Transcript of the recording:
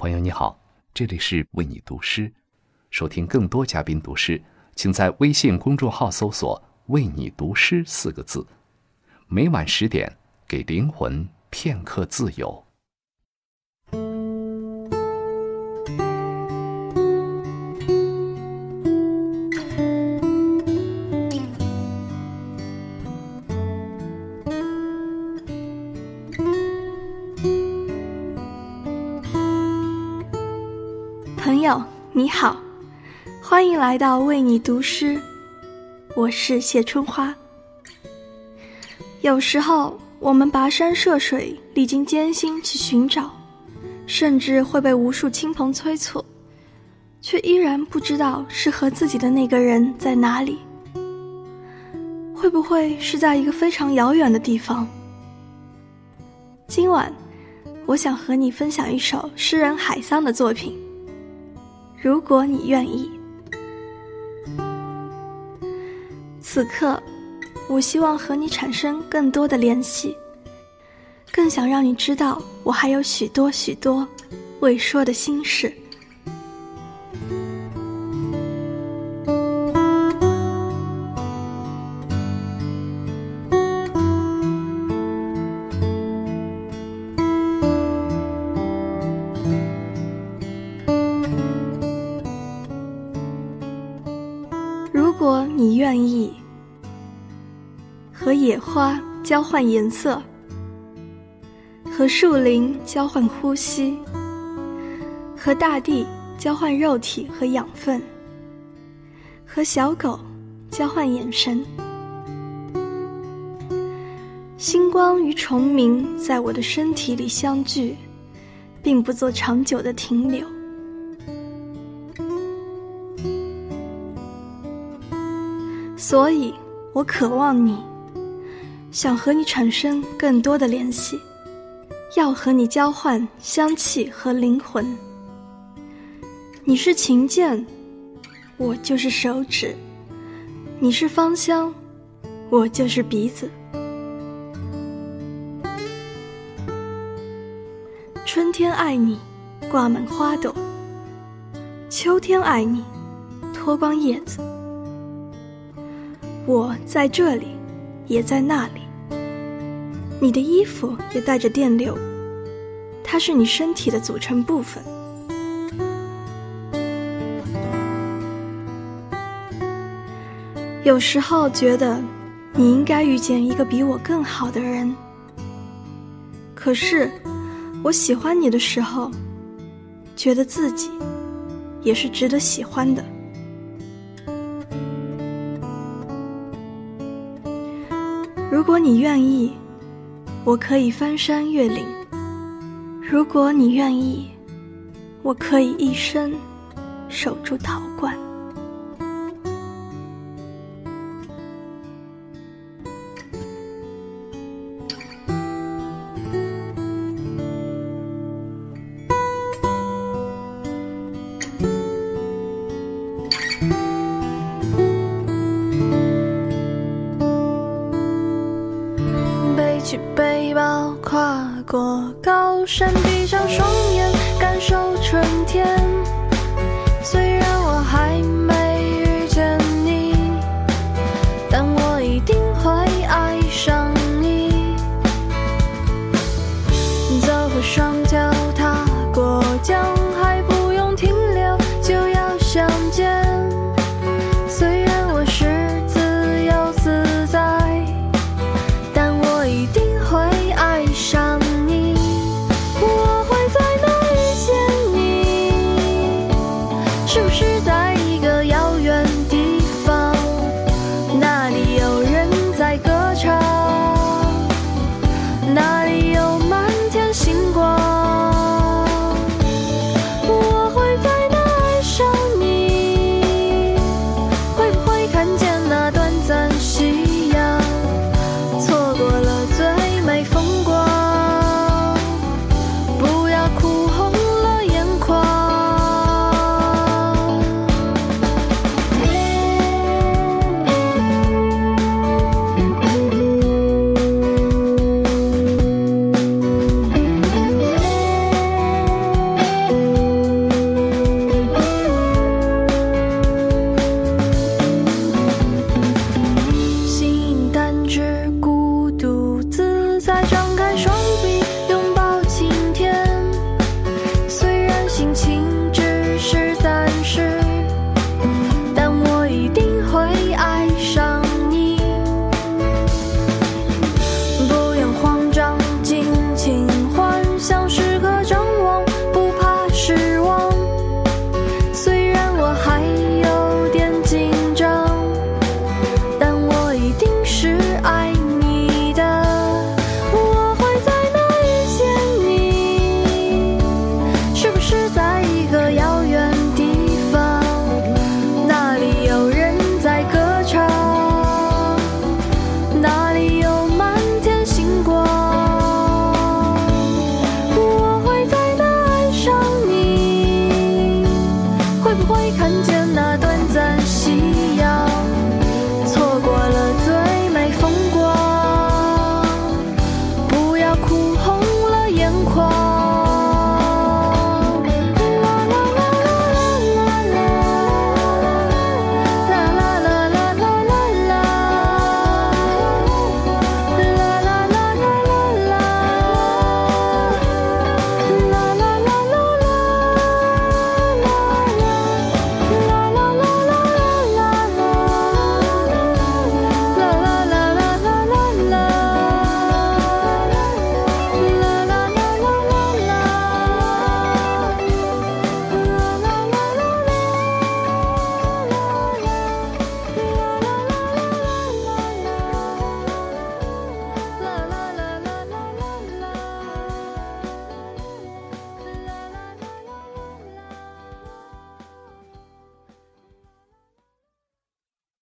朋友你好，这里是为你读诗。收听更多嘉宾读诗，请在微信公众号搜索为你读诗4个字。每晚10点，给灵魂片刻自由。 朋友你好，欢迎来到为你读诗，我是谢春花。有时候我们跋山涉水，历经艰辛去寻找，甚至会被无数亲朋催促，却依然不知道适合自己的那个人在哪里。会不会是在一个非常遥远的地方？今晚我想和你分享一首诗人海桑的作品，如果你愿意。此刻我希望和你产生更多的联系，更想让你知道我还有许多许多未说的心事。如果你愿意，和野花交换颜色，和树林交换呼吸，和大地交换肉体和养分，和小狗交换眼神。星光与虫鸣在我的身体里相聚，并不做长久的停留。所以我渴望你，想和你产生更多的联系，要和你交换香气和灵魂。你是琴键，我就是手指；你是芳香，我就是鼻子。春天爱你，挂满花朵；秋天爱你，脱光叶子。我在这里，也在那里。你的衣服也带着电流，它是你身体的组成部分。有时候觉得你应该遇见一个比我更好的人，可是我喜欢你的时候，觉得自己也是值得喜欢的。如果你愿意，我可以翻山越岭；如果你愿意，我可以一生守住陶罐。背起背包，跨过高山，闭上双眼，